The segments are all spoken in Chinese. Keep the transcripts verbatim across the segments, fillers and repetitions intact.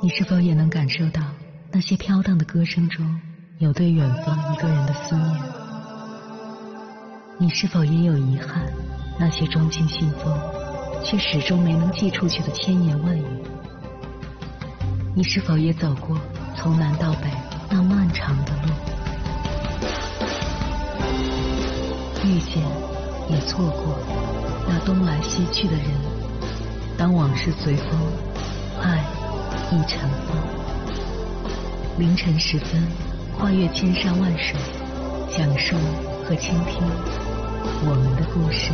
你是否也能感受到那些飘荡的歌声中有对远方一个人的思念？你是否也有遗憾，那些钟情信封却始终没能寄出去的千言万语？你是否也走过从南到北那漫长的路？遇见也错过那东来西去的人，当往事随风，爱亦尘封。凌晨时分，跨越千山万水，讲述和倾听我们的故事。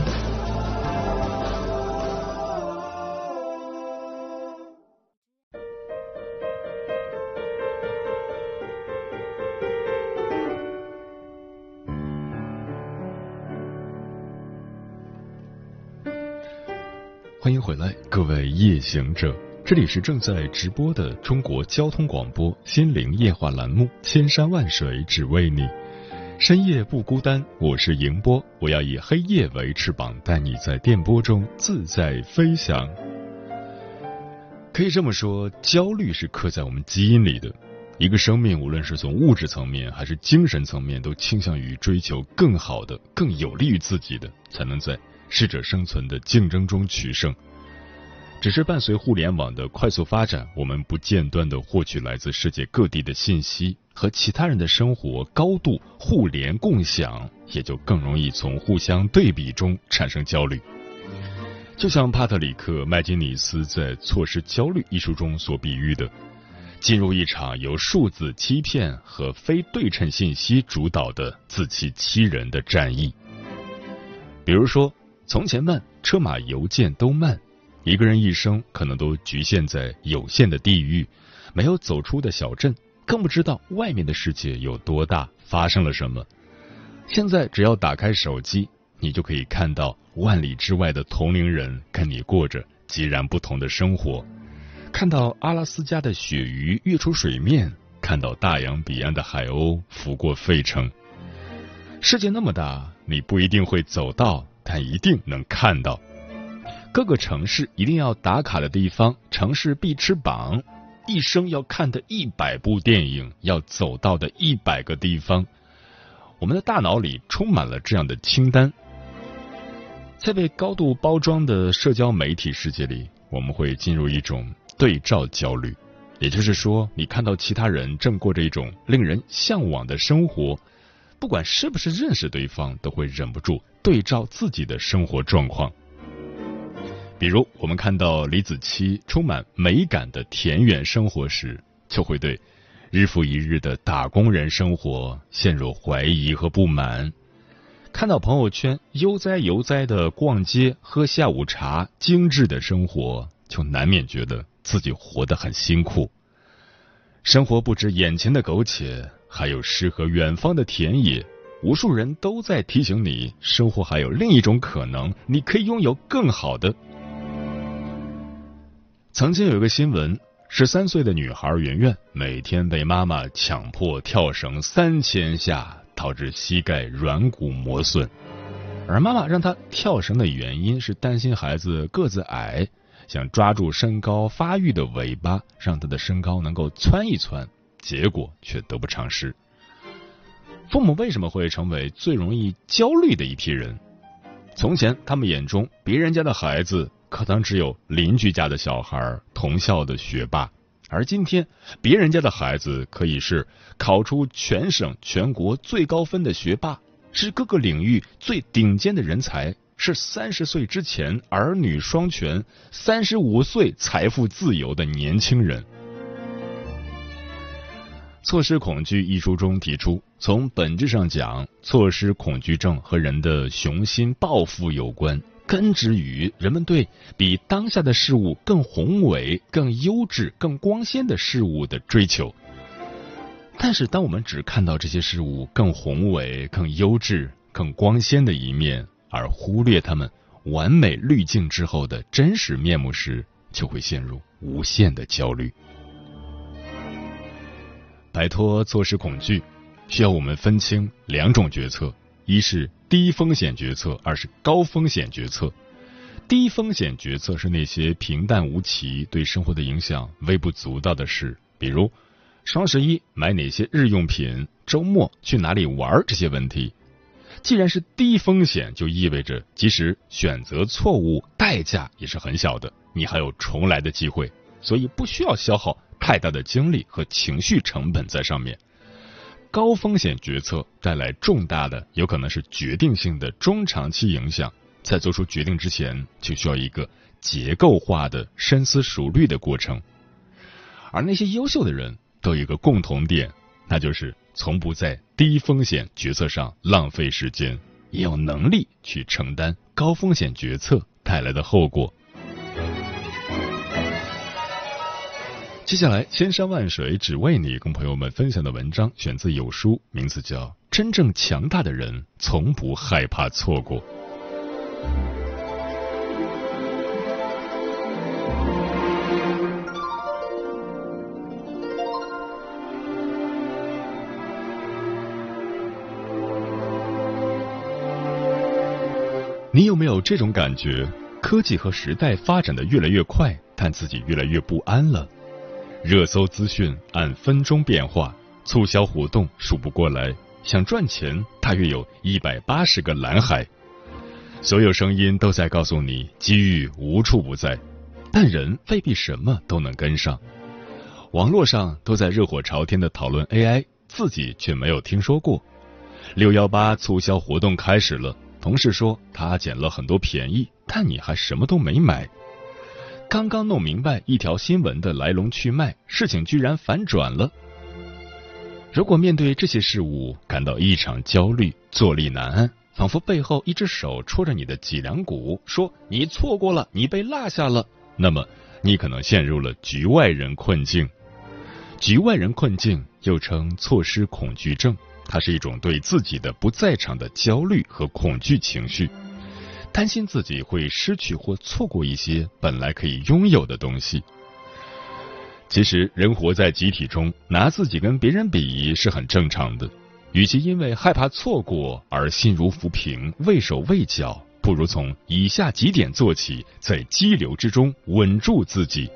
欢迎回来，各位夜行者，这里是正在直播的中国交通广播心灵夜话栏目《千山万水只为你》，深夜不孤单，我是迎波，我要以黑夜为翅膀，带你在电波中自在飞翔。可以这么说，焦虑是刻在我们基因里的。一个生命，无论是从物质层面还是精神层面，都倾向于追求更好的、更有利于自己的，才能在适者生存的竞争中取胜。只是伴随互联网的快速发展，我们不间断地获取来自世界各地的信息，和其他人的生活高度互联共享，也就更容易从互相对比中产生焦虑。就像帕特里克·麦金尼斯在《错失焦虑》一书中所比喻的，进入一场由数字欺骗和非对称信息主导的自欺欺人的战役。比如说，从前慢，车马邮件都慢，一个人一生可能都局限在有限的地域，没有走出的小镇，更不知道外面的世界有多大，发生了什么。现在只要打开手机，你就可以看到万里之外的同龄人跟你过着截然不同的生活，看到阿拉斯加的鳕鱼跃出水面，看到大洋彼岸的海鸥拂过费城。世界那么大，你不一定会走到，但一定能看到。各个城市一定要打卡的地方，城市必吃榜，一生要看的一百部电影，要走到的一百个地方。我们的大脑里充满了这样的清单。在被高度包装的社交媒体世界里，我们会进入一种对照焦虑，也就是说，你看到其他人正过着一种令人向往的生活，不管是不是认识对方，都会忍不住对照自己的生活状况。比如我们看到李子柒充满美感的田园生活时，就会对日复一日的打工人生活陷入怀疑和不满。看到朋友圈悠哉悠哉的逛街喝下午茶精致的生活，就难免觉得自己活得很辛苦。生活不止眼前的苟且，还有诗和远方的田野，无数人都在提醒你，生活还有另一种可能，你可以拥有更好的。曾经有一个新闻，十三岁的女孩圆圆每天被妈妈强迫跳绳三千下，导致膝盖软骨磨损。而妈妈让她跳绳的原因是担心孩子个子矮，想抓住身高发育的尾巴，让他的身高能够蹿一蹿，结果却得不偿失。父母为什么会成为最容易焦虑的一批人？从前他们眼中别人家的孩子可能只有邻居家的小孩，同校的学霸，而今天别人家的孩子可以是考出全省全国最高分的学霸，是各个领域最顶尖的人才，是三十岁之前儿女双全，三十五岁财富自由的年轻人。错失恐惧一书中提出，从本质上讲，错失恐惧症和人的雄心抱负有关，根植于人们对比当下的事物更宏伟、更优质、更光鲜的事物的追求。但是当我们只看到这些事物更宏伟、更优质、更光鲜的一面，而忽略它们完美滤镜之后的真实面目时，就会陷入无限的焦虑。摆脱错失恐惧，需要我们分清两种决策，一是低风险决策，二是高风险决策。 低风险决策是那些平淡无奇、对生活的影响微不足道的事，比如双十一买哪些日用品，周末去哪里玩这些问题。既然是低风险，就意味着即使选择错误，代价也是很小的，你还有重来的机会，所以不需要消耗太大的精力和情绪成本在上面。高风险决策带来重大的，有可能是决定性的中长期影响，在做出决定之前，就需要一个结构化的深思熟虑的过程。而那些优秀的人都有一个共同点，那就是从不在低风险决策上浪费时间，也有能力去承担高风险决策带来的后果。接下来，千山万水只为你，跟朋友们分享的文章选自有书，名字叫《真正强大的人从不害怕错过》。你有没有这种感觉？科技和时代发展的越来越快，但自己越来越不安了。热搜资讯按分钟变化，促销活动数不过来，想赚钱大约有一百八十个蓝海。所有声音都在告诉你，机遇无处不在，但人未必什么都能跟上。网络上都在热火朝天的讨论 A I， 自己却没有听说过。六一八促销活动开始了，同事说他捡了很多便宜，但你还什么都没买。刚刚弄明白一条新闻的来龙去脉，事情居然反转了。如果面对这些事物感到异常焦虑，坐立难安，仿佛背后一只手戳着你的脊梁骨，说你错过了，你被落下了，那么你可能陷入了局外人困境。局外人困境又称错失恐惧症，它是一种对自己的不在场的焦虑和恐惧情绪，担心自己会失去或错过一些本来可以拥有的东西。其实人活在集体中，拿自己跟别人比是很正常的，与其因为害怕错过而心如浮萍、畏手畏脚，不如从以下几点做起，在激流之中稳住自己。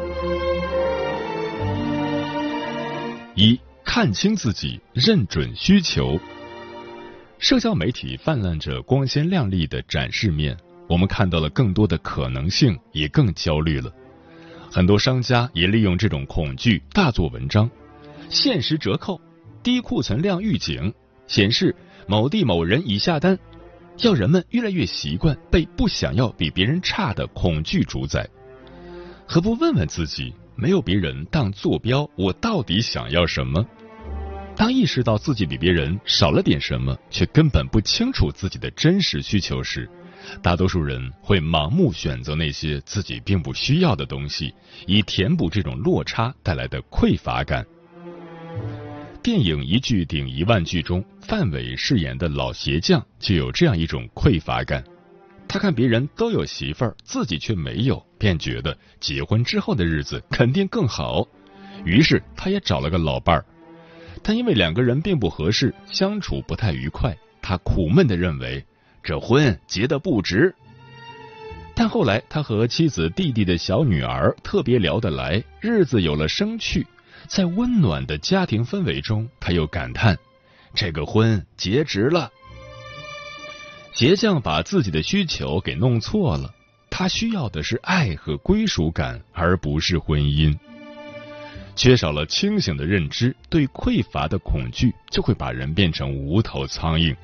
一、看清自己，认准需求。社交媒体泛滥着光鲜亮丽的展示面，我们看到了更多的可能性，也更焦虑了。很多商家也利用这种恐惧大做文章，限时折扣、低库存量预警，显示某地某人已下单，要人们越来越习惯被不想要比别人差的恐惧主宰。何不问问自己，没有别人当坐标，我到底想要什么？当意识到自己比别人少了点什么，却根本不清楚自己的真实需求时，大多数人会盲目选择那些自己并不需要的东西，以填补这种落差带来的匮乏感。电影《一句顶一万句》中，范伟饰演的老鞋匠就有这样一种匮乏感。他看别人都有媳妇儿，自己却没有，便觉得结婚之后的日子肯定更好，于是他也找了个老伴儿。但因为两个人并不合适，相处不太愉快，他苦闷地认为这婚结得不值。但后来他和妻子弟弟的小女儿特别聊得来，日子有了生趣，在温暖的家庭氛围中，他又感叹这个婚结值了。鞋匠把自己的需求给弄错了，他需要的是爱和归属感，而不是婚姻。缺少了清醒的认知，对匮乏的恐惧就会把人变成无头苍蝇。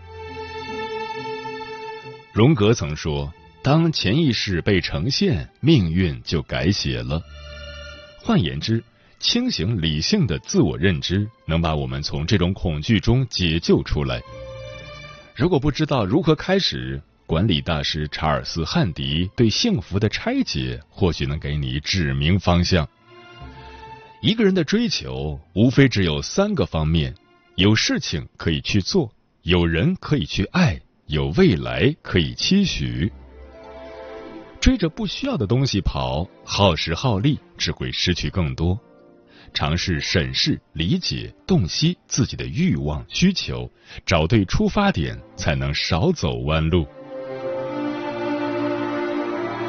荣格曾说，当潜意识被呈现，命运就改写了。换言之，清醒理性的自我认知能把我们从这种恐惧中解救出来。如果不知道如何开始，管理大师查尔斯·汉迪对幸福的拆解或许能给你指明方向。一个人的追求无非只有三个方面：有事情可以去做，有人可以去爱，有未来可以期许。追着不需要的东西跑，耗时耗力，只会失去更多。尝试审视、理解、洞悉自己的欲望、需求，找对出发点，才能少走弯路。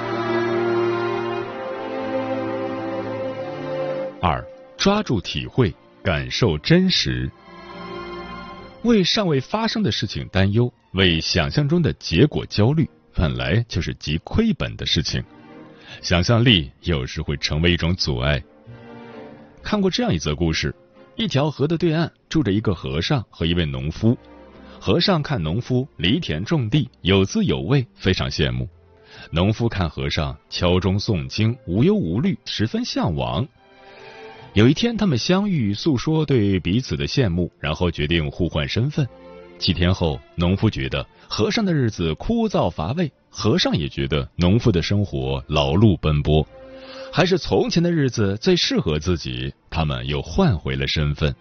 二，抓住体会，感受真实。为尚未发生的事情担忧，为想象中的结果焦虑，本来就是极亏本的事情。想象力有时会成为一种阻碍。看过这样一则故事，一条河的对岸住着一个和尚和一位农夫。和尚看农夫犁田种地，有滋有味，非常羡慕。农夫看和尚敲钟诵经，无忧无虑，十分向往。有一天他们相遇，诉说对彼此的羡慕，然后决定互换身份。几天后，农夫觉得和尚的日子枯燥乏味，和尚也觉得农夫的生活劳碌奔波，还是从前的日子最适合自己，他们又换回了身份。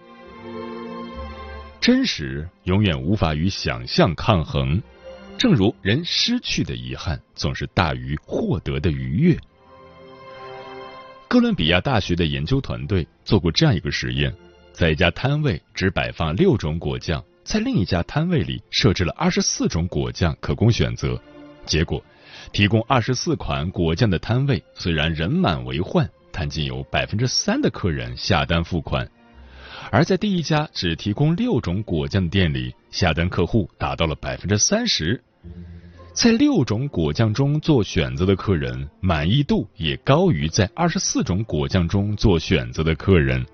真实永远无法与想象抗衡，正如人失去的遗憾总是大于获得的愉悦。哥伦比亚大学的研究团队做过这样一个实验，在一家摊位只摆放六种果酱，在另一家摊位里设置了二十四种果酱可供选择。结果，提供二十四款果酱的摊位虽然人满为患，但仅有百分之三的客人下单付款。而在第一家只提供六种果酱的店里，下单客户达到了百分之三十。在六种果酱中做选择的客人，满意度也高于在二十四种果酱中做选择的客人。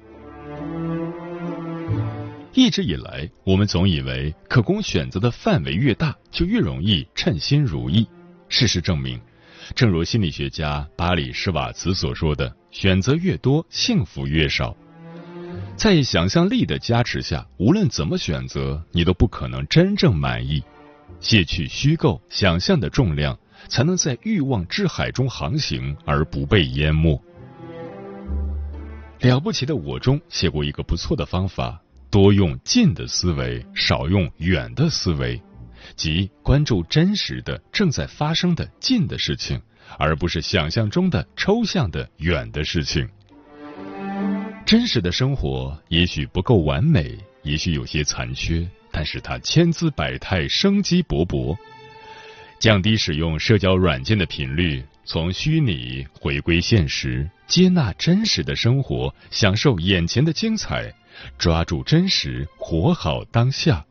一直以来，我们总以为可供选择的范围越大，就越容易称心如意。事实证明，正如心理学家巴里施瓦茨所说的，选择越多，幸福越少。在想象力的加持下，无论怎么选择，你都不可能真正满意。卸去虚构想象的重量，才能在欲望之海中航行而不被淹没。了不起的我中写过一个不错的方法，多用近的思维，少用远的思维，即关注真实的正在发生的近的事情，而不是想象中的抽象的远的事情。真实的生活也许不够完美，也许有些残缺，但是它千姿百态，生机勃勃。降低使用社交软件的频率，从虚拟回归现实，接纳真实的生活，享受眼前的精彩，抓住真实，活好当下。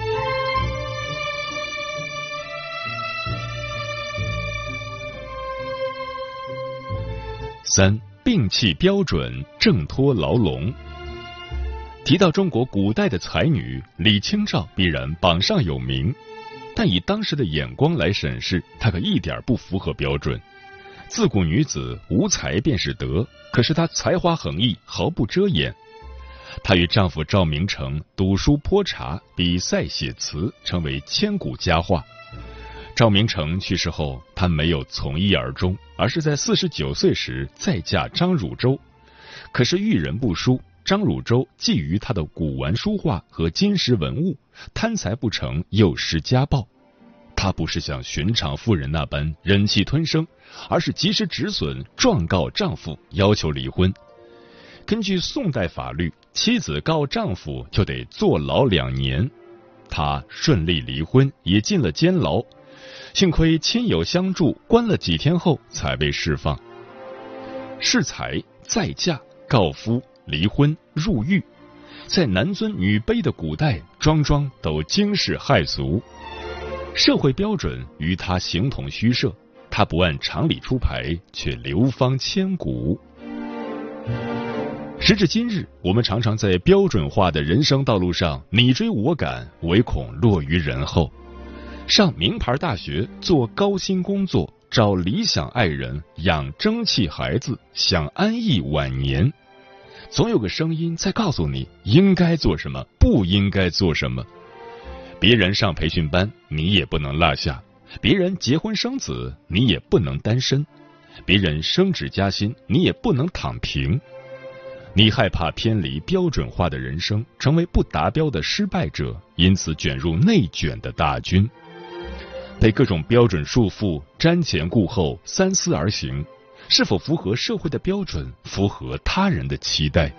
三，摒弃标准，挣脱牢笼。提到中国古代的才女，李清照必然榜上有名，但以当时的眼光来审视，她可一点不符合标准。自古女子无才便是德，可是她才华横溢，毫不遮掩。她与丈夫赵明诚赌书泼茶，比赛写词，成为千古佳话。赵明诚去世后，她没有从一而终，而是在四十九岁时再嫁张汝舟。可是遇人不淑，张汝舟觊觎她的古玩书画和金石文物，贪财不成又施家暴。她不是像寻常妇人那般忍气吞声，而是及时止损，状告丈夫，要求离婚。根据宋代法律，妻子告丈夫就得坐牢两年。她顺利离婚，也进了监牢。幸亏亲友相助，关了几天后才被释放。恃才、再嫁、告夫、离婚、入狱，在男尊女卑的古代，桩桩都惊世骇俗。社会标准与他形同虚设，他不按常理出牌，却流芳千古。时至今日，我们常常在标准化的人生道路上你追我赶，唯恐落于人后。上名牌大学，做高薪工作，找理想爱人，养争气孩子，享安逸晚年。总有个声音在告诉你应该做什么，不应该做什么。别人上培训班，你也不能落下；别人结婚生子，你也不能单身；别人升职加薪，你也不能躺平。你害怕偏离标准化的人生，成为不达标的失败者，因此卷入内卷的大军。被各种标准束缚，瞻前顾后，三思而行，是否符合社会的标准，符合他人的期待？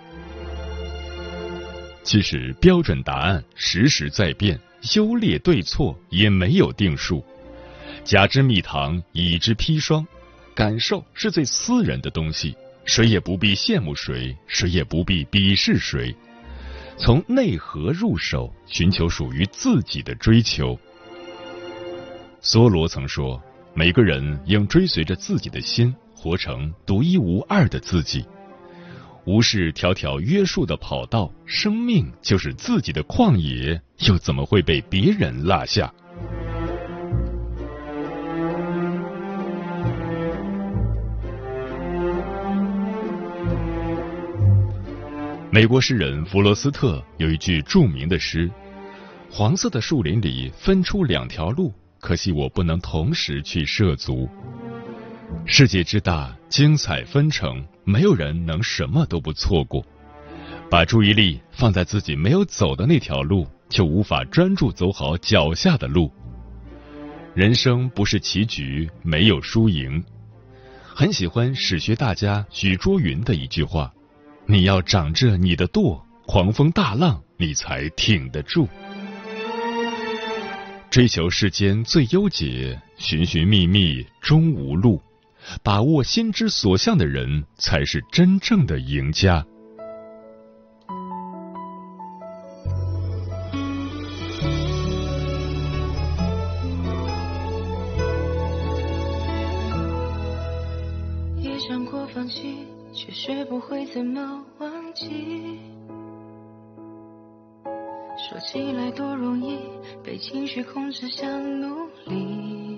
其实标准答案时时在变，优劣对错也没有定数。甲之蜜糖，乙之砒霜，感受是最私人的东西， 谁也不必羡慕谁，谁也不必鄙视谁。从内核入手，寻求属于自己的追求。梭罗曾说，每个人应追随着自己的心，活成独一无二的自己。无视条条约束的跑道，生命就是自己的旷野，又怎么会被别人落下？美国诗人弗罗斯特有一句著名的诗：黄色的树林里分出两条路，可惜我不能同时去涉足。世界之大，精彩纷呈，没有人能什么都不错过。把注意力放在自己没有走的那条路，就无法专注走好脚下的路。人生不是棋局，没有输赢。很喜欢史学大家许倬云的一句话：你要长着你的舵，狂风大浪你才挺得住。追求世间最优解，寻寻觅觅终无路。把握心之所向的人，才是真正的赢家。 也想过放弃，却学不会怎么忘记。说起来多容易，被情绪控制，想努力，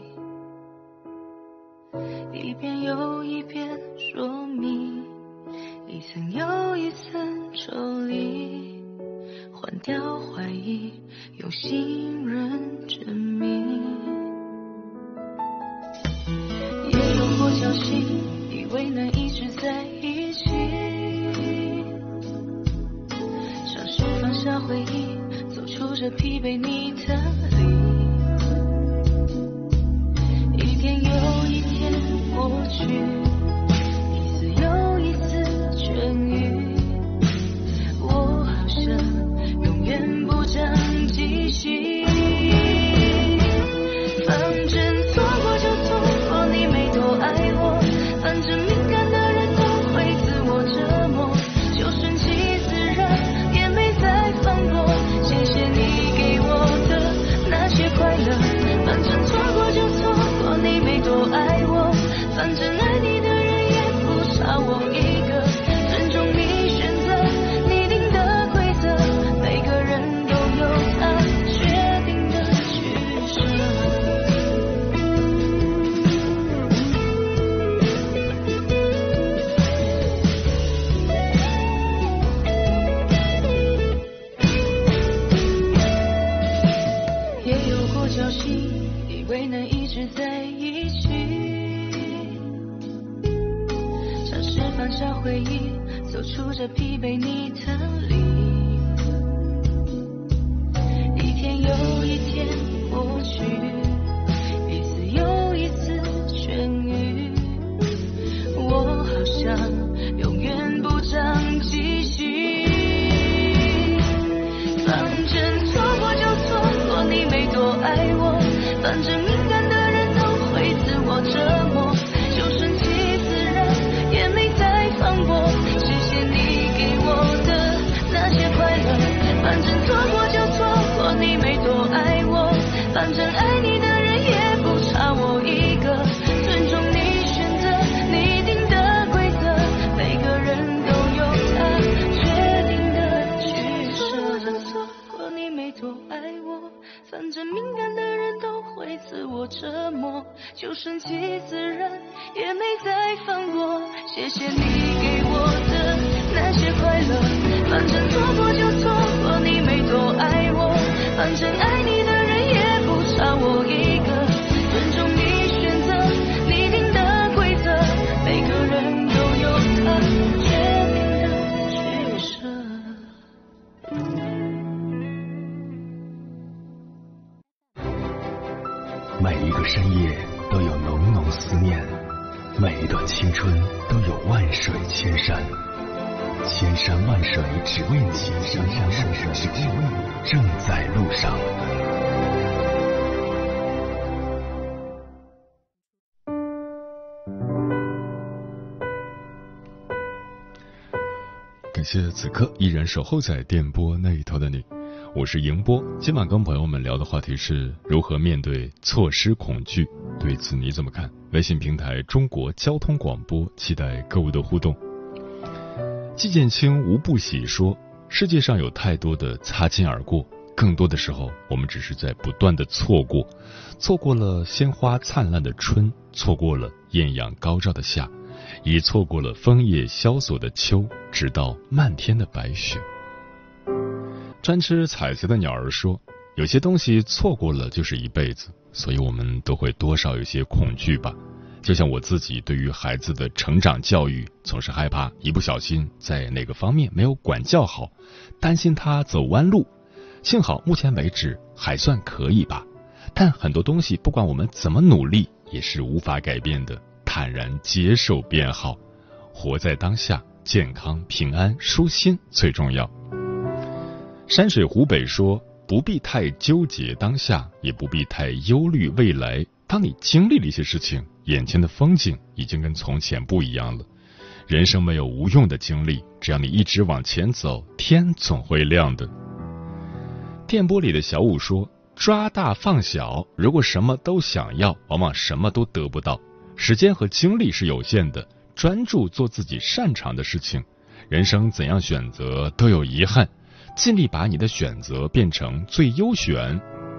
一遍又一遍说明，一层又一层抽离，换掉怀疑，用信任证明。也有过侥幸，以为能一直在一起，尝试放下回忆，走出这疲惫泥潭里。一天又一天过去，一次又一次痊愈，我好像永远不长记性。反正错过就错过，你没多爱我，反正敏感的人都会自我折磨，就顺其自然，也没再放过。谢谢你给我的那些快乐，反正错过就错过，你没多爱我，反正爱你的人也不差我一个，尊重你选择你定的规则，每个人都有他决定的取舍。也有过侥幸，以为能一直在一起，尝试放下回忆，走出这疲惫泥潭里。一天又一天过去，一次又一次痊愈，我好像永远不长记性。反正错过就错过，你没多爱我，反正敏感的人都会自我折磨，就顺其自然，也没再放过。谢谢你给我的那些快乐，反正错过就错过，你没多爱我，反正爱你的人也不差我一个，尊重你选择你定的规则，每个人都有他决定的取舍。错过就错过，你没多爱我，反正敏感的人都会自我折磨，就顺其自然，也没再放过。谢谢你给我的那些快乐，反正错过就错过，你没多爱我，反正爱你的人也不差我一个，尊重你选择你定的规则，每个人都有他决定的取舍。 每一个深夜都有浓浓思念，每一段青春都有万水千山，千山万水只为你，千山万水只为你，正在路上。 感谢此刻依然守候在电波那一头的你，我是迎波。今晚跟朋友们聊的话题是如何面对错失恐惧，对此你怎么看？微信平台中国交通广播，期待各位的互动。季建清无不喜说，世界上有太多的擦肩而过，更多的时候我们只是在不断的错过，错过了鲜花灿烂的春，错过了艳阳高照的夏，也错过了枫叶萧索的秋，直到漫天的白雪。专吃彩色的鸟儿说，有些东西错过了就是一辈子，所以我们都会多少有些恐惧吧。就像我自己对于孩子的成长教育，总是害怕一不小心在哪个方面没有管教好，担心他走弯路。幸好目前为止还算可以吧，但很多东西不管我们怎么努力也是无法改变的，坦然接受便好，活在当下，健康平安舒心最重要。山水湖北说，不必太纠结当下，也不必太忧虑未来，当你经历了一些事情，眼前的风景已经跟从前不一样了。人生没有无用的经历，只要你一直往前走，天总会亮的。电波里的小五说，抓大放小，如果什么都想要，往往什么都得不到。时间和精力是有限的，专注做自己擅长的事情。人生怎样选择都有遗憾，尽力把你的选择变成最优选。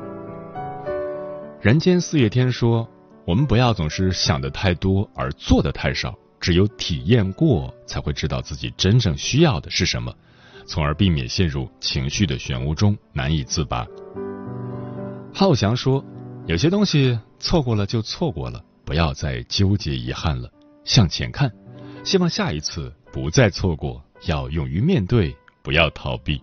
人间四月天说，我们不要总是想的太多而做的太少，只有体验过才会知道自己真正需要的是什么，从而避免陷入情绪的漩涡中难以自拔。浩翔说，有些东西错过了就错过了，不要再纠结遗憾了，向前看，希望下一次不再错过，要勇于面对，不要逃避。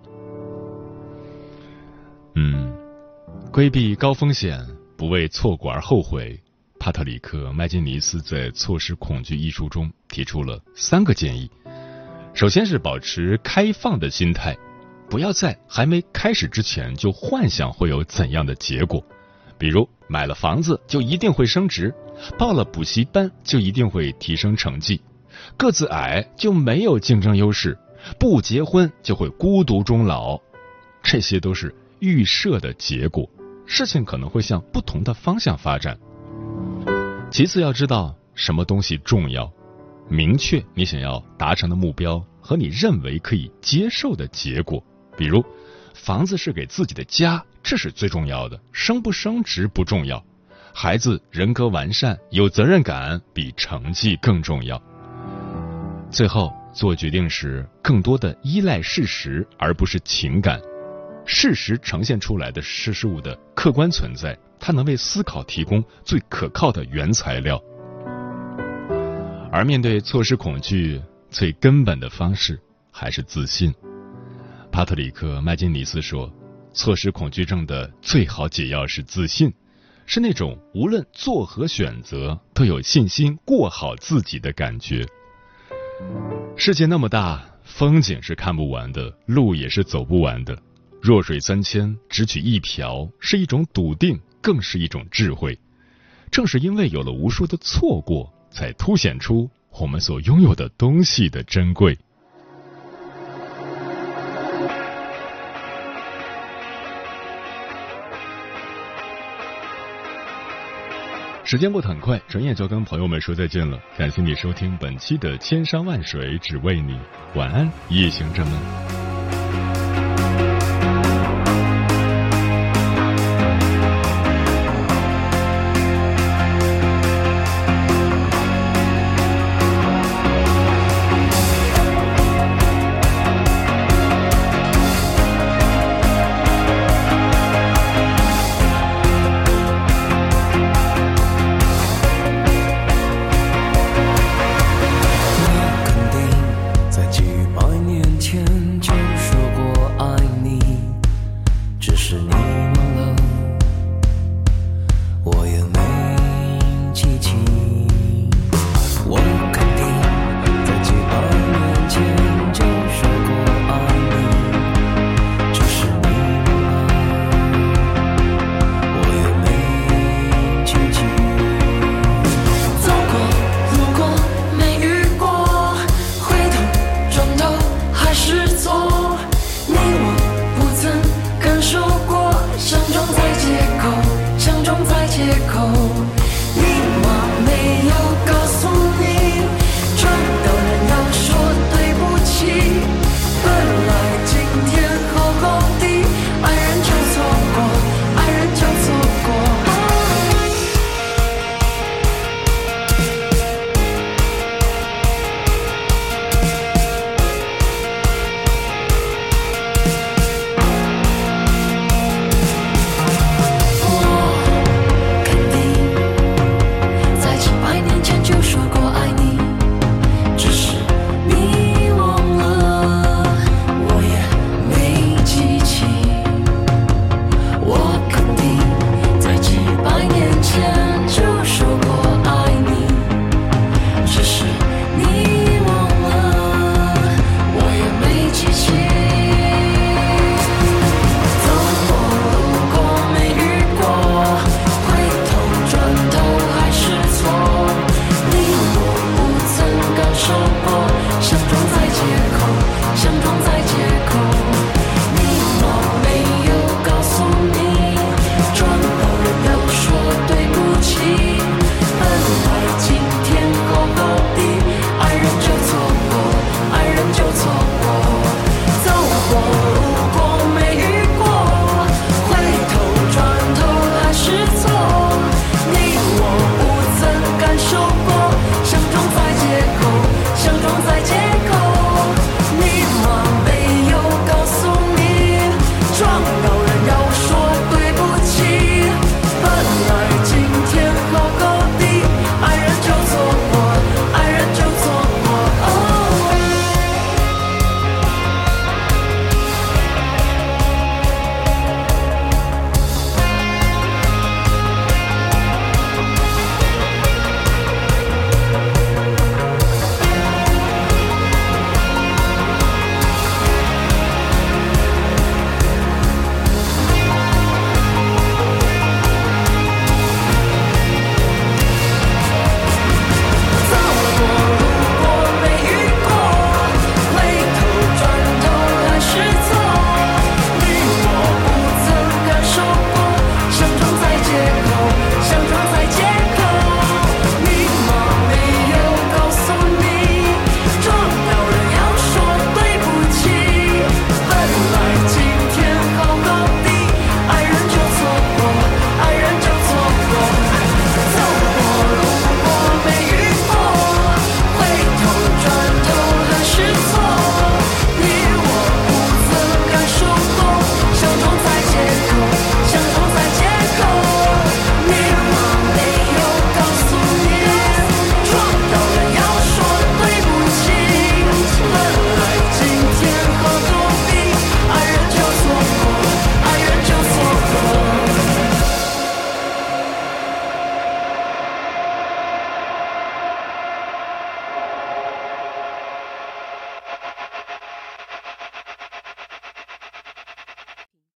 嗯，规避高风险，不为错过而后悔。帕特里克·麦金尼斯在《错失恐惧》一书中提出了三个建议。首先是保持开放的心态，不要在还没开始之前就幻想会有怎样的结果，比如买了房子就一定会升值，报了补习班就一定会提升成绩，个子矮就没有竞争优势，不结婚就会孤独终老。这些都是预设的结果，事情可能会向不同的方向发展。其次要知道什么东西重要，明确你想要达成的目标和你认为可以接受的结果，比如房子是给自己的家，这是最重要的，升不升值不重要。孩子人格完善有责任感比成绩更重要。最后做决定时更多的依赖事实而不是情感，事实呈现出来的事实物的客观存在，它能为思考提供最可靠的原材料。而面对错失恐惧，最根本的方式还是自信。帕特里克·麦金尼斯说，错失恐惧症的最好解药是自信，是那种无论做何选择都有信心过好自己的感觉。世界那么大，风景是看不完的，路也是走不完的。弱水三千，只取一瓢，是一种笃定，更是一种智慧。正是因为有了无数的错过，才凸显出我们所拥有的东西的珍贵。时间过得很快，转眼就跟朋友们说再见了。感谢你收听本期的千山万水只为你，晚安，夜行者们。